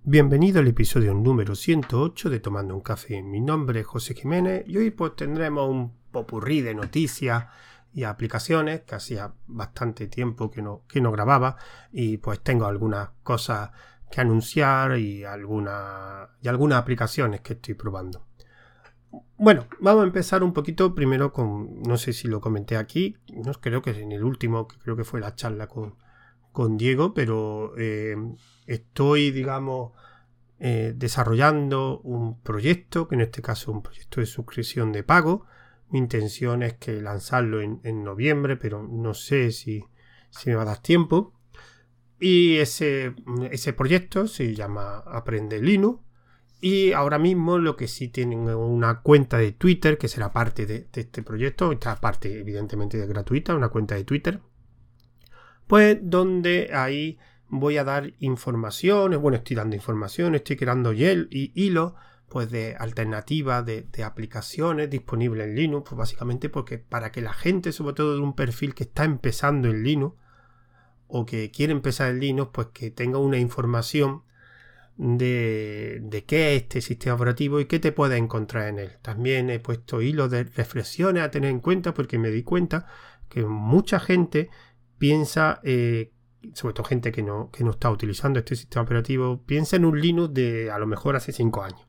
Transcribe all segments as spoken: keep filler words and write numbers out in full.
Bienvenido al episodio número ciento ocho de Tomando un Café. Mi nombre es José Jiménez y hoy pues tendremos un popurrí de noticias y aplicaciones que hacía bastante tiempo que no, que no grababa, y pues tengo algunas cosas que anunciar y algunas y algunas aplicaciones que estoy probando. Bueno, vamos a empezar un poquito primero con, no sé si lo comenté aquí, no creo que en el último, que creo que fue la charla con, con Diego, pero eh, estoy, digamos, eh, desarrollando un proyecto, que en este caso es un proyecto de suscripción de pago. Mi intención es que lanzarlo en, en noviembre, pero no sé si, si me va a dar tiempo. Y ese, ese proyecto se llama Aprende Linux. Y ahora mismo lo que sí tienen una cuenta de Twitter, que será parte de, de este proyecto. Esta parte evidentemente es gratuita, una cuenta de Twitter. Pues donde ahí voy a dar informaciones, bueno, estoy dando informaciones, estoy creando y hilos pues de alternativas de, de aplicaciones disponibles en Linux, pues básicamente porque para que la gente, sobre todo de un perfil que está empezando en Linux o que quiere empezar en Linux, pues que tenga una información de, de qué es este sistema operativo y qué te puedes encontrar en él. También he puesto hilos de reflexiones a tener en cuenta, porque me di cuenta que mucha gente piensa, eh, sobre todo gente que no, que no está utilizando este sistema operativo, piensa en un Linux de a lo mejor hace cinco años.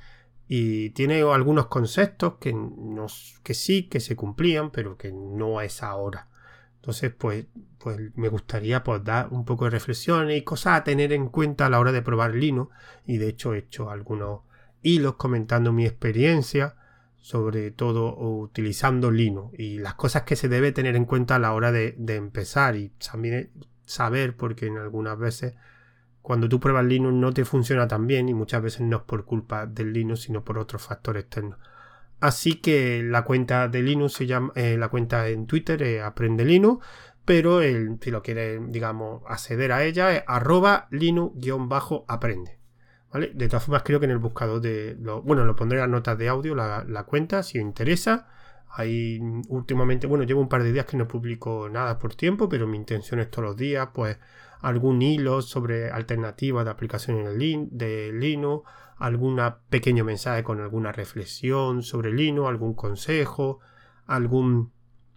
Y tiene algunos conceptos que, no, que sí, que se cumplían, pero que no es ahora. Entonces, pues, pues me gustaría pues, dar un poco de reflexiones y cosas a tener en cuenta a la hora de probar Linux. Y de hecho he hecho algunos hilos comentando mi experiencia, sobre todo utilizando Linux y las cosas que se debe tener en cuenta a la hora de, de empezar, y también saber, porque en algunas veces cuando tú pruebas Linux no te funciona tan bien y muchas veces no es por culpa del Linux sino por otros factores externos. Así que la cuenta de Linux se llama, eh, la cuenta en Twitter es Aprende Linux, pero el, si lo quieres, digamos, acceder a ella es arroba linux-aprende. ¿Vale? De todas formas, creo que en el buscador de... Lo, bueno, lo pondré en las notas de audio, la, la cuenta, si os interesa. Ahí últimamente, bueno, llevo un par de días que no publico nada por tiempo, pero mi intención es todos los días, pues, algún hilo sobre alternativas de aplicaciones de Linux, algún pequeño mensaje con alguna reflexión sobre Linux, algún consejo, algún,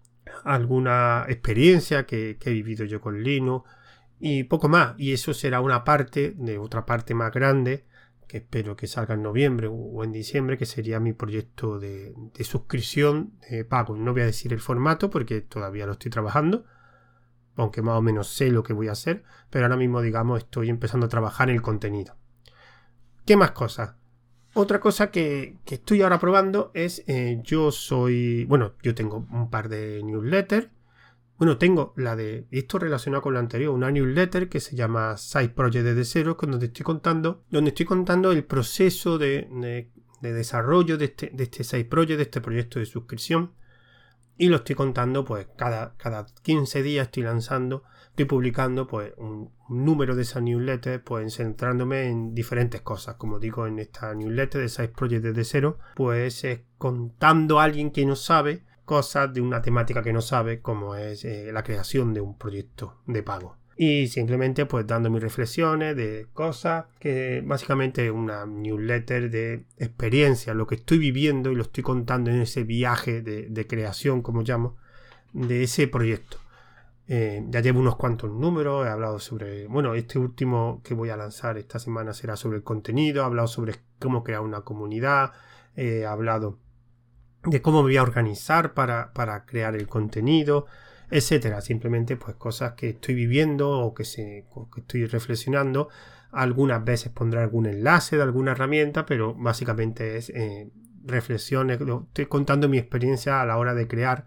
alguna experiencia que, que he vivido yo con Linux, y poco más. Y eso será una parte de otra parte más grande que espero que salga en noviembre o en diciembre, que sería mi proyecto de, de suscripción de pago. No voy a decir el formato porque todavía lo estoy trabajando, aunque más o menos sé lo que voy a hacer, pero ahora mismo, digamos, estoy empezando a trabajar en el contenido. ¿Qué más cosas? Otra cosa que, que estoy ahora probando es, eh, yo soy, bueno, yo tengo un par de newsletters. Bueno, tengo la de, esto relacionado con lo anterior, una newsletter que se llama Side Project desde cero, donde estoy contando, donde estoy contando el proceso de, de, de desarrollo de este, de este Side Project, de este proyecto de suscripción. Y lo estoy contando, pues, cada, cada quince días estoy lanzando, estoy publicando, pues, un, un número de esa newsletter, pues, centrándome en diferentes cosas. Como digo, en esta newsletter de Side Project desde cero, pues, es contando a alguien que no sabe cosas de una temática que no sabe, como es eh, la creación de un proyecto de pago. Y simplemente pues dando mis reflexiones de cosas que básicamente es una newsletter de experiencia, lo que estoy viviendo y lo estoy contando en ese viaje de, de creación, como llamo, de ese proyecto. Eh, ya llevo unos cuantos números, he hablado sobre, bueno, este último que voy a lanzar esta semana será sobre el contenido, he hablado sobre cómo crear una comunidad, eh, he hablado de cómo me voy a organizar para, para crear el contenido, etcétera. Simplemente pues cosas que estoy viviendo o que, se, o que estoy reflexionando. Algunas veces pondré algún enlace de alguna herramienta, pero básicamente es eh, reflexiones. Estoy contando mi experiencia a la hora de crear,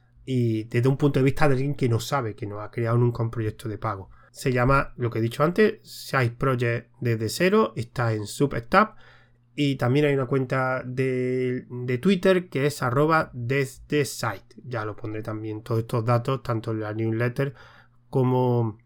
y desde un punto de vista de alguien que no sabe, que no ha creado nunca un proyecto de pago. Se llama, lo que he dicho antes, Side Project desde cero, está en Substack. Y también hay una cuenta de, de Twitter que es arroba desde site. Ya lo pondré también todos estos datos, tanto en la newsletter como,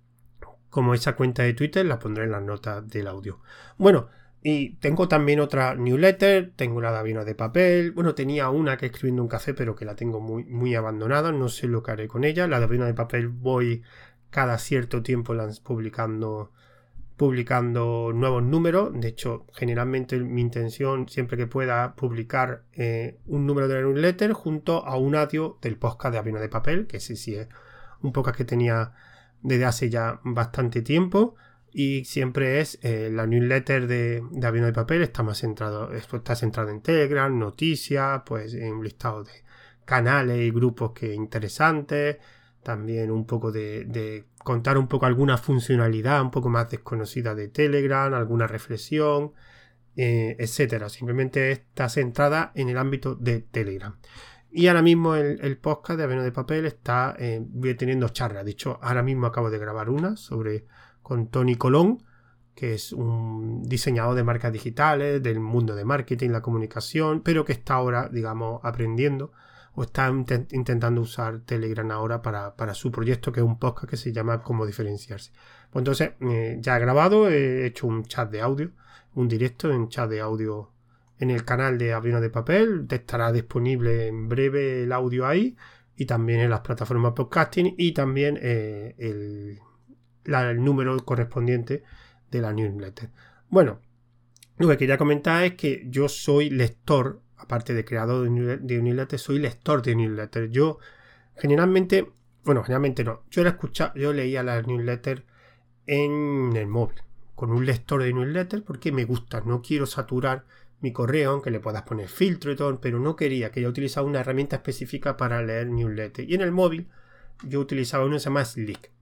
como esa cuenta de Twitter, la pondré en las notas del audio. Bueno, y tengo también otra newsletter, tengo la de aviones de papel. Bueno, tenía una que escribiendo un café, pero que la tengo muy, muy abandonada, no sé lo que haré con ella. La de aviones de papel voy cada cierto tiempo publicando publicando nuevos números. De hecho, generalmente mi intención, siempre que pueda, publicar eh, un número de la newsletter junto a un audio del podcast de Aviones de Papel, que ese sí es un podcast que tenía desde hace ya bastante tiempo, y siempre es eh, la newsletter de, de Aviones de Papel. Está más centrado, esto está centrado en Telegram, noticias, pues en un listado de canales y grupos que interesantes, también un poco de, de contar un poco alguna funcionalidad un poco más desconocida de Telegram, alguna reflexión, eh, etcétera. Simplemente está centrada en el ámbito de Telegram. Y ahora mismo el, el podcast de Aviones de Papel está eh, teniendo charlas. De hecho, ahora mismo acabo de grabar una sobre con Tony Colón, que es un diseñador de marcas digitales, del mundo de marketing, la comunicación, pero que está ahora, digamos, aprendiendo o está intent- intentando usar Telegram ahora para, para su proyecto, que es un podcast que se llama Cómo diferenciarse. Pues entonces, eh, ya he grabado, he hecho un chat de audio, un directo en chat de audio en el canal de Aviones de Papel. Te estará disponible en breve el audio ahí, y también en las plataformas podcasting, y también eh, el, la, el número correspondiente de la newsletter. Bueno, lo que quería comentar es que yo soy lector, aparte de creador de newsletter, soy lector de newsletter. Yo generalmente, bueno, generalmente no, yo la escuchaba, yo leía las newsletter en el móvil, con un lector de newsletter, porque me gusta, no quiero saturar mi correo, aunque le puedas poner filtro y todo, pero no quería, que yo utilizaba una herramienta específica para leer newsletter. Y en el móvil yo utilizaba una que se llama Slick.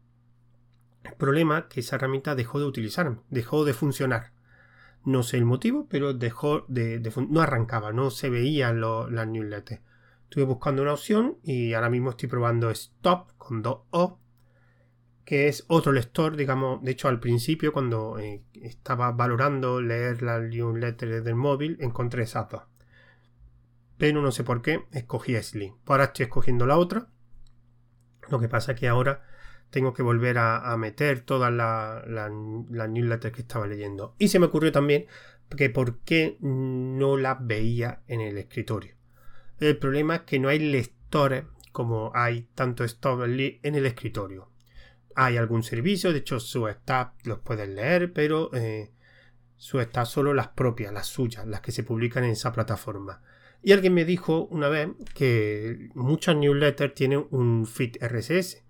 El problema es que esa herramienta dejó de utilizar, dejó de funcionar. No sé el motivo, pero dejó de, de no arrancaba, no se veían las newsletters. Estuve buscando una opción y ahora mismo estoy probando Stop con dos O, que es otro lector, digamos. De hecho, al principio, cuando eh, estaba valorando leer las newsletters desde el móvil, encontré esas dos. Pero no sé por qué, escogí Slick. Ahora estoy escogiendo la otra. Lo que pasa es que ahora tengo que volver a, a meter todas las la, la newsletters que estaba leyendo. Y se me ocurrió también que por qué no las veía en el escritorio. El problema es que no hay lectores como hay tanto Stop en el escritorio. Hay algún servicio, de hecho Substack los puedes leer, pero eh, Substack solo las propias, las suyas, las que se publican en esa plataforma. Y alguien me dijo una vez que muchas newsletters tienen un feed R S S.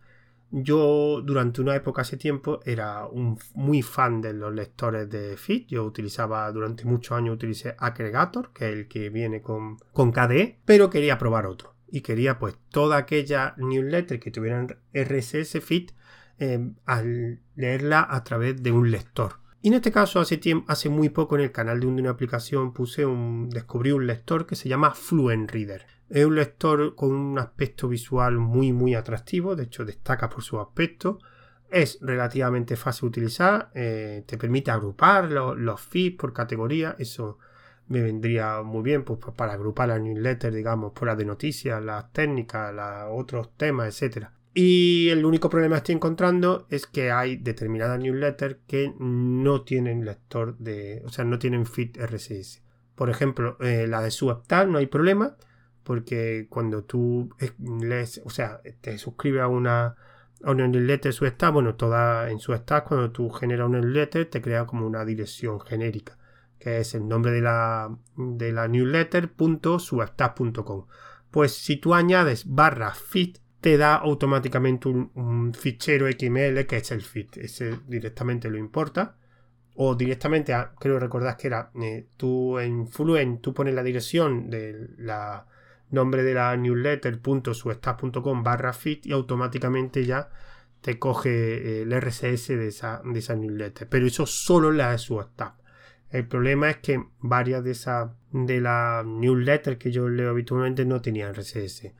Yo durante una época hace tiempo era un muy fan de los lectores de feed. Yo utilizaba durante muchos años utilicé Aggregator, que es el que viene con, con K D E, pero quería probar otro. Y quería pues toda aquella newsletter que tuvieran R S S feed eh, al leerla a través de un lector. Y en este caso hace tiempo, hace muy poco en el canal de una aplicación puse un, descubrí un lector que se llama Fluent Reader. Es un lector con un aspecto visual muy muy atractivo, de hecho destaca por su aspecto. Es relativamente fácil de utilizar, eh, te permite agrupar los, los feeds por categoría. Eso me vendría muy bien pues, para agrupar las newsletters, digamos, por las de noticias, las técnicas, los otros temas, etcétera. Y el único problema que estoy encontrando es que hay determinadas newsletters que no tienen lector de, o sea, no tienen feed R S S. Por ejemplo, eh, la de Substack no hay problema, porque cuando tú lees, o sea, te suscribes a una, a una newsletter de Substack, bueno, toda en Substack, cuando tú generas una newsletter, te crea como una dirección genérica, que es el nombre de la, de la newsletter punto substack punto com. Pues si tú añades barra feed, te da automáticamente un, un fichero X M L que es el feed. Ese directamente lo importa. O directamente, a, creo recordar que era, eh, tú en Fluent, tú pones la dirección de la nombre de la newsletter punto substack punto com barra feed y automáticamente ya te coge eh, el R S S de esa, de esa newsletter. Pero eso solo la de Substack. El problema es que varias de esas de las newsletters que yo leo habitualmente no tenían R S S.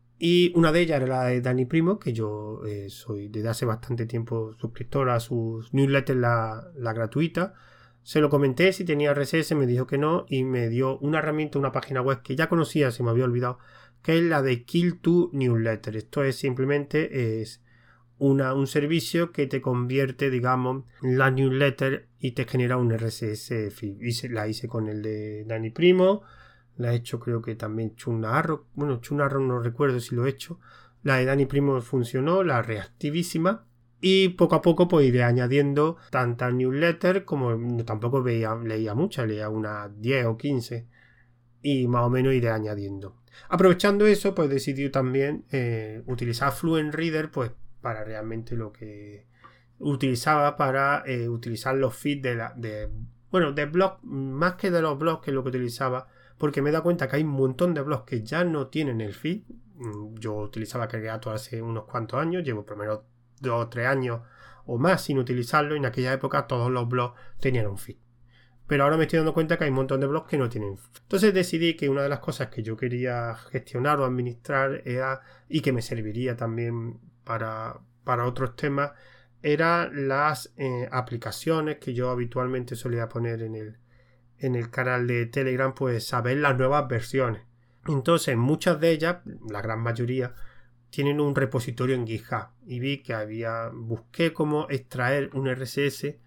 Y una de ellas era la de Dani Primo, que yo eh, soy desde hace bastante tiempo suscriptor a sus newsletters, la, la gratuita. Se lo comenté si tenía R S S, me dijo que no y me dio una herramienta, una página web que ya conocía, se me había olvidado, que es la de Kill to Newsletter. Esto es simplemente es una, un servicio que te convierte, digamos, la newsletter y te genera un R S S feed. Hice, la hice con el de Dani Primo. La he hecho creo que también Chunarro. Bueno, Chunarro no recuerdo si lo he hecho. La de Dani Primo funcionó, la reactivísima. Y poco a poco pues iré añadiendo tantas newsletters como tampoco veía, leía muchas, leía unas diez o quince y más o menos iré añadiendo. Aprovechando eso pues decidí también eh, utilizar Fluent Reader pues para realmente lo que utilizaba para eh, utilizar los feeds de, la, de bueno de blogs, más que de los blogs que es lo que utilizaba, porque me he dado cuenta que hay un montón de blogs que ya no tienen el feed. Yo utilizaba Kaggle hace unos cuantos años, llevo primero dos o tres años o más sin utilizarlo, y en aquella época todos los blogs tenían un feed, pero ahora me estoy dando cuenta que hay un montón de blogs que no tienen feed. Entonces decidí que una de las cosas que yo quería gestionar o administrar era, y que me serviría también para, para otros temas, eran las eh, aplicaciones que yo habitualmente solía poner en el, en el canal de Telegram, pues saber las nuevas versiones. Entonces muchas de ellas, la gran mayoría, tienen un repositorio en GitHub, y vi que había, busqué cómo extraer un R S S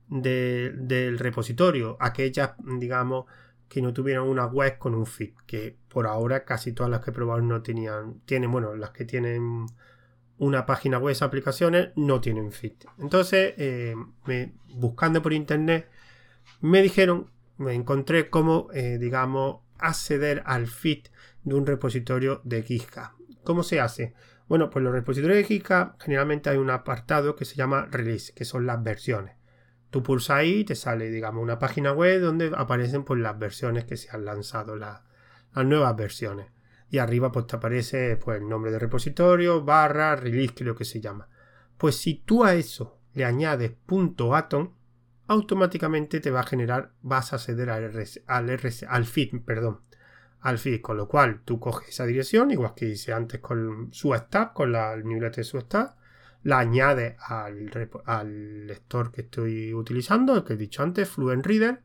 de, del repositorio, aquellas, digamos, que no tuvieran una web con un feed, que por ahora casi todas las que he probado no tenían, tienen, bueno, las que tienen una página web, esas aplicaciones, no tienen feed. Entonces, eh, me, buscando por internet, me dijeron, me encontré cómo, eh, digamos, acceder al feed de un repositorio de GitHub. ¿Cómo se hace? Bueno, pues los repositorios de GitHub generalmente hay un apartado que se llama Release, que son las versiones. Tú pulsas ahí y te sale, digamos, una página web donde aparecen pues las versiones que se han lanzado, la, las nuevas versiones. Y arriba pues te aparece pues el nombre del repositorio, barra, release, creo que se llama. Pues si tú a eso le añades .atom, automáticamente te va a generar, vas a acceder al, R S, al, R S, al feed, perdón, al feed, con lo cual tú coges esa dirección, igual que hice antes con Substack, con la newsletter de Substack, la añades al, al lector que estoy utilizando, el que he dicho antes, Fluent Reader,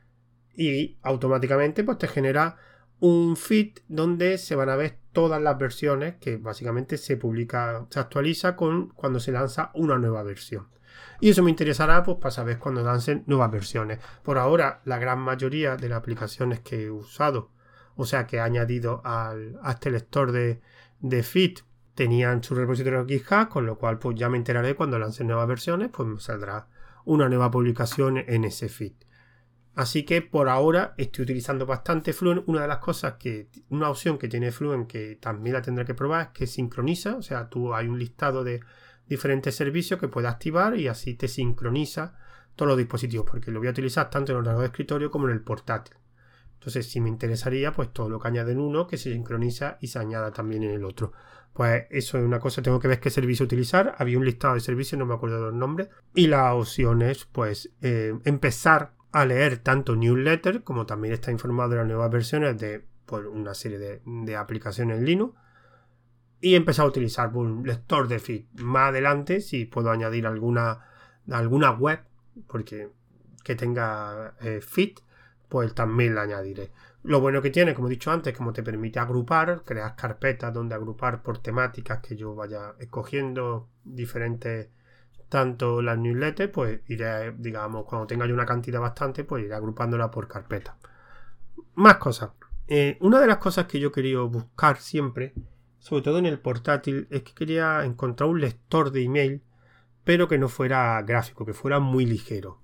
y automáticamente pues te genera un feed donde se van a ver todas las versiones, que básicamente se publica, se actualiza con cuando se lanza una nueva versión. Y eso me interesará pues para saber cuando lancen nuevas versiones. Por ahora, la gran mayoría de las aplicaciones que he usado, o sea que he añadido al, a este lector de, de feed, tenían su repositorio GitHub, con lo cual pues ya me enteraré cuando lancen nuevas versiones, pues me saldrá una nueva publicación en ese feed. Así que por ahora estoy utilizando bastante Fluent. Una de las cosas que, una opción que tiene Fluent que también la tendré que probar, es que sincroniza, o sea, tú hay un listado de diferentes servicios que puedes activar y así te sincroniza todos los dispositivos, porque lo voy a utilizar tanto en el ordenador de escritorio como en el portátil. Entonces, si me interesaría, pues todo lo que añade en uno, que se sincroniza y se añada también en el otro. Pues eso es una cosa, tengo que ver qué servicio utilizar. Había un listado de servicios, no me acuerdo de los nombres. Y la opción es, pues, eh, empezar a leer tanto newsletter, como también está informado de las nuevas versiones de pues, una serie de, de aplicaciones en Linux. Y empezar a utilizar un lector de feed. Más adelante, si puedo añadir alguna, alguna web, porque que tenga eh, feed, pues también la añadiré. Lo bueno que tiene, como he dicho antes, como te permite agrupar, crear carpetas donde agrupar por temáticas que yo vaya escogiendo diferentes, tanto las newsletters, pues iré, digamos, cuando tenga yo una cantidad bastante, pues iré agrupándola por carpeta. Más cosas. Eh, una de las cosas que yo he querido buscar siempre, sobre todo en el portátil, es que quería encontrar un lector de email, pero que no fuera gráfico, que fuera muy ligero.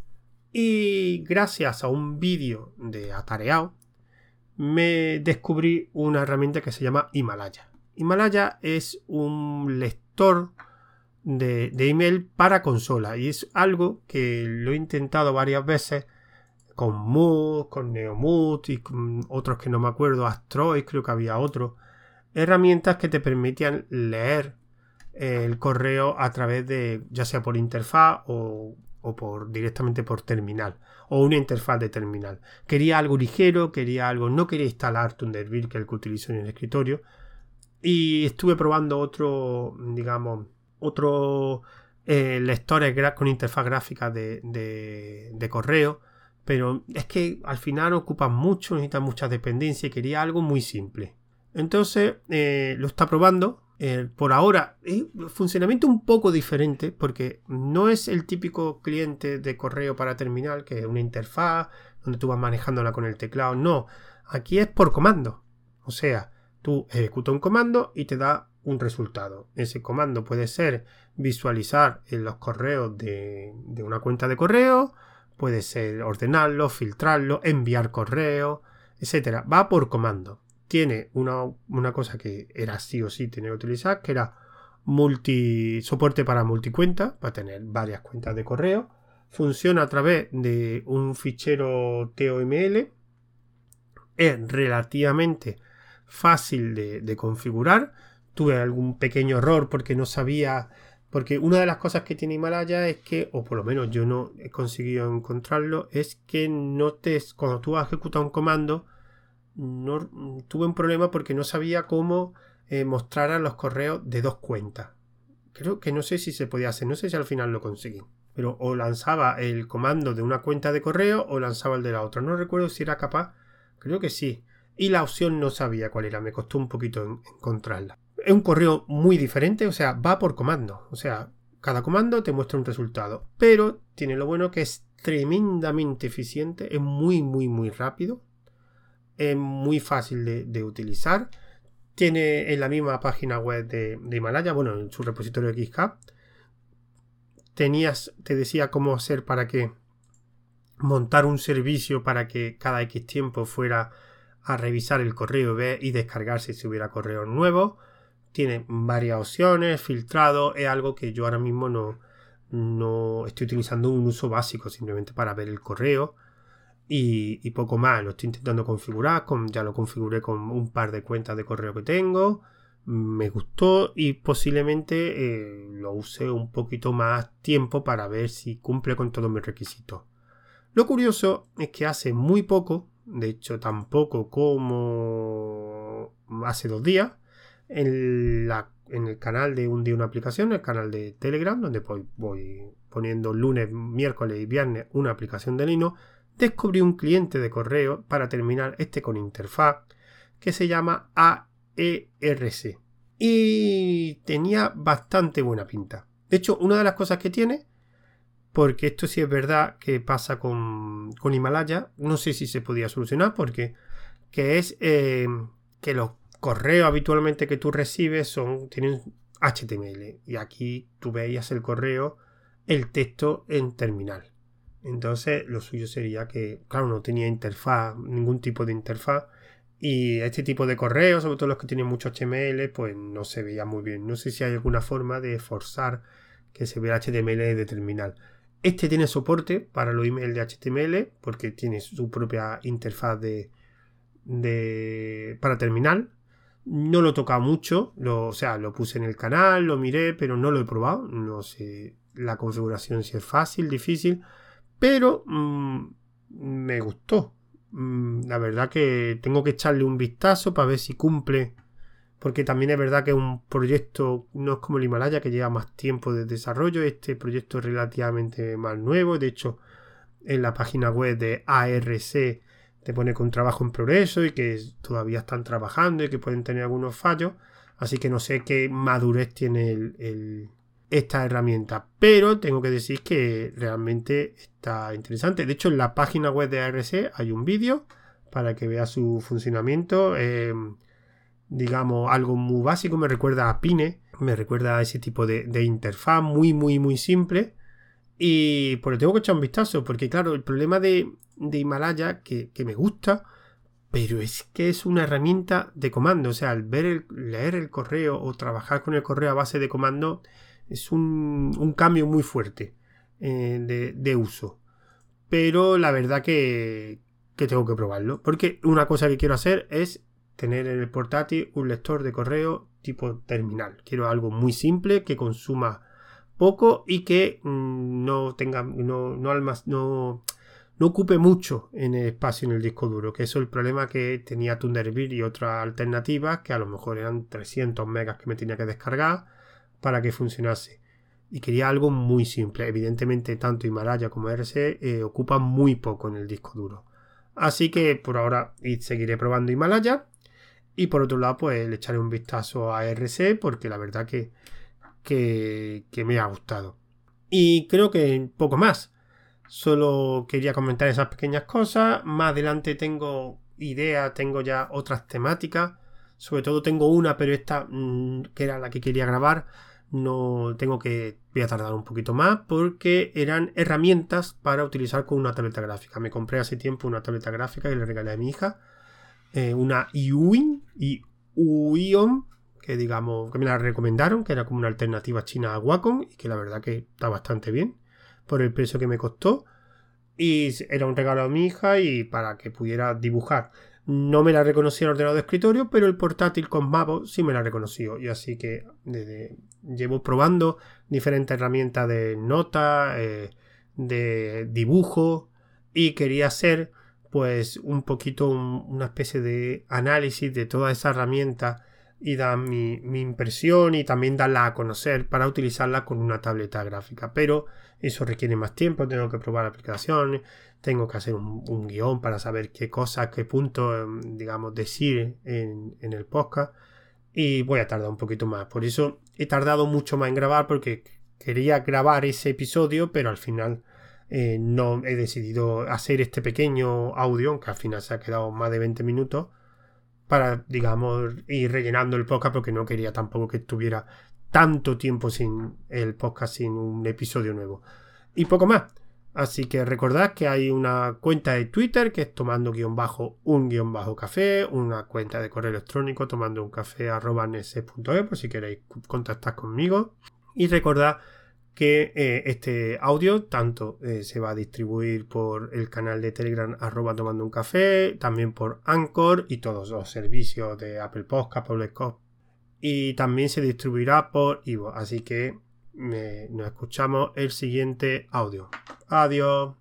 Y gracias a un vídeo de Atareado me descubrí una herramienta que se llama Himalaya. Himalaya es un lector de, de email para consola y es algo que lo he intentado varias veces con Mood, con Neomood y con otros que no me acuerdo, Astroid, creo que había otros. Herramientas que te permitían leer el correo a través de, ya sea por interfaz o o por directamente por terminal o una interfaz de terminal. Quería algo ligero, quería algo, no quería instalar Thunderbird, que es el que utilizo en el escritorio, y estuve probando otro, digamos, otro eh, lectores con interfaz gráfica de, de, de correo, pero es que al final ocupan mucho, necesitan muchas dependencias y quería algo muy simple. Entonces eh, lo está probando. Eh, por ahora, eh, funcionamiento un poco diferente, porque no es el típico cliente de correo para terminal, que es una interfaz donde tú vas manejándola con el teclado. No, aquí es por comando. O sea, tú ejecutas un comando y te da un resultado. Ese comando puede ser visualizar en los correos de, de una cuenta de correo, puede ser ordenarlo, filtrarlo, enviar correos, etcétera. Va por comando. Tiene una, una cosa que era sí o sí tener que utilizar, que era multi soporte para multicuenta, para tener varias cuentas de correo. Funciona a través de un fichero T O M L. Es relativamente fácil de, de configurar. Tuve algún pequeño error porque no sabía, porque una de las cosas que tiene Himalaya es que, o por lo menos yo no he conseguido encontrarlo, es que no te, cuando tú has ejecutado un comando, no, tuve un problema porque no sabía cómo eh, mostrar los correos de dos cuentas. Creo que no sé si se podía hacer, no sé si al final lo conseguí, pero o lanzaba el comando de una cuenta de correo o lanzaba el de la otra. No recuerdo si era capaz, creo que sí. Y la opción no sabía cuál era, me costó un poquito en, encontrarla. Es un correo muy diferente, o sea, va por comando. O sea, cada comando te muestra un resultado. Pero tiene lo bueno que es tremendamente eficiente, es muy, muy, muy rápido. Es muy fácil de, de utilizar. Tiene en la misma página web de, de Himalaya, bueno, en su repositorio de GitHub. Tenías, te decía cómo hacer para que montar un servicio para que cada X tiempo fuera a revisar el correo y descargarse si hubiera correo nuevo. Tiene varias opciones, filtrado, es algo que yo ahora mismo no, no estoy utilizando un uso básico, simplemente para ver el correo y, y poco más. Lo estoy intentando configurar, con, ya lo configuré con un par de cuentas de correo que tengo, me gustó y posiblemente eh, lo use un poquito más tiempo para ver si cumple con todos mis requisitos. Lo curioso es que hace muy poco, de hecho tan poco como hace dos días, en, la, en el canal de un día una aplicación, el canal de Telegram, donde voy, voy poniendo lunes, miércoles y viernes una aplicación de Linux, descubrí un cliente de correo para terminar este con interfaz que se llama A E R C y tenía bastante buena pinta. De hecho, una de las cosas que tiene, porque esto sí es verdad que pasa con, con Himalaya, no sé si se podía solucionar, porque que es eh, que los correos habitualmente que tú recibes son tienen H T M L y aquí tú veías el correo, el texto en terminal. Entonces lo suyo sería que, claro, no tenía interfaz, ningún tipo de interfaz, y este tipo de correos, sobre todo los que tienen mucho H T M L, pues no se veía muy bien. No sé si hay alguna forma de forzar que se vea H T M L de terminal. Este tiene soporte para los emails de H T M L porque tiene su propia interfaz de, de para terminal. No lo he tocado mucho, lo, o sea, lo puse en el canal, lo miré, pero no lo he probado. No sé la configuración si es fácil, difícil, pero mmm, me gustó. Mm, la verdad que tengo que echarle un vistazo para ver si cumple, porque también es verdad que es un proyecto, no es como el Himalaya que lleva más tiempo de desarrollo. Este proyecto es relativamente más nuevo, de hecho en la página web de A R C te pone con trabajo en progreso y que todavía están trabajando y que pueden tener algunos fallos, así que no sé qué madurez tiene el, el, esta herramienta, pero tengo que decir que realmente está interesante. De hecho, en la página web de A R C hay un vídeo para que vea su funcionamiento. Eh, digamos, algo muy básico, me recuerda a Pine, me recuerda a ese tipo de, de interfaz muy, muy, muy simple. Y pues tengo que echar un vistazo, porque claro, el problema de, de Himalaya, que, que me gusta, pero es que es una herramienta de comando. O sea, al ver el, leer el correo o trabajar con el correo a base de comando es un, un cambio muy fuerte eh, de, de uso. Pero la verdad que, que tengo que probarlo, porque una cosa que quiero hacer es tener en el portátil un lector de correo tipo terminal. Quiero algo muy simple, que consuma poco y que mmm, no tenga no, no, almac- no, no ocupe mucho en el espacio en el disco duro, que eso es el problema que tenía Thunderbird y otras alternativas, que a lo mejor eran trescientos megas que me tenía que descargar para que funcionase, y quería algo muy simple. Evidentemente tanto Himalaya como R C eh, ocupan muy poco en el disco duro, así que por ahora seguiré probando Himalaya y por otro lado pues le echaré un vistazo a R C, porque la verdad que Que, que me ha gustado. Y creo que poco más. Solo quería comentar esas pequeñas cosas. Más adelante tengo ideas, tengo ya otras temáticas Sobre todo tengo una, pero esta, mmm, que era la que quería grabar, no tengo que... Voy a tardar un poquito más porque eran herramientas para utilizar con una tableta gráfica. Me compré hace tiempo una tableta gráfica y le regalé a mi hija. Eh, una Iwin y Uion, que digamos, que me la recomendaron, que era como una alternativa china a Wacom y que la verdad que está bastante bien por el precio que me costó. Y era un regalo a mi hija y para que pudiera dibujar. No me la reconoció el ordenador de escritorio, pero el portátil con Mavo sí me la reconoció. Y así que desde, llevo probando diferentes herramientas de nota, eh, de dibujo, y quería hacer pues un poquito un, una especie de análisis de todas esas herramientas y dar mi, mi impresión y también darla a conocer para utilizarla con una tableta gráfica. Pero eso requiere más tiempo, tengo que probar aplicaciones, tengo que hacer un, un guión para saber qué cosas, qué puntos, digamos, decir en, en el podcast, y voy a tardar un poquito más. Por eso he tardado mucho más en grabar, porque quería grabar ese episodio, pero al final eh, no he decidido hacer este pequeño audio, que al final se ha quedado más de veinte minutos, para, digamos, ir rellenando el podcast, porque no quería tampoco que estuviera tanto tiempo sin el podcast, sin un episodio nuevo. Y poco más. Así que recordad que hay una cuenta de Twitter que es tomando guión bajo un guión bajo café, una cuenta de correo electrónico tomando un café arroba nese punto e por si queréis contactar conmigo. Y recordad que eh, este audio tanto eh, se va a distribuir por el canal de Telegram arroba tomando un café, también por Anchor y todos los servicios de Apple Podcast, Podcast, y también se distribuirá por iVoox. Así que me, nos escuchamos el siguiente audio. Adiós.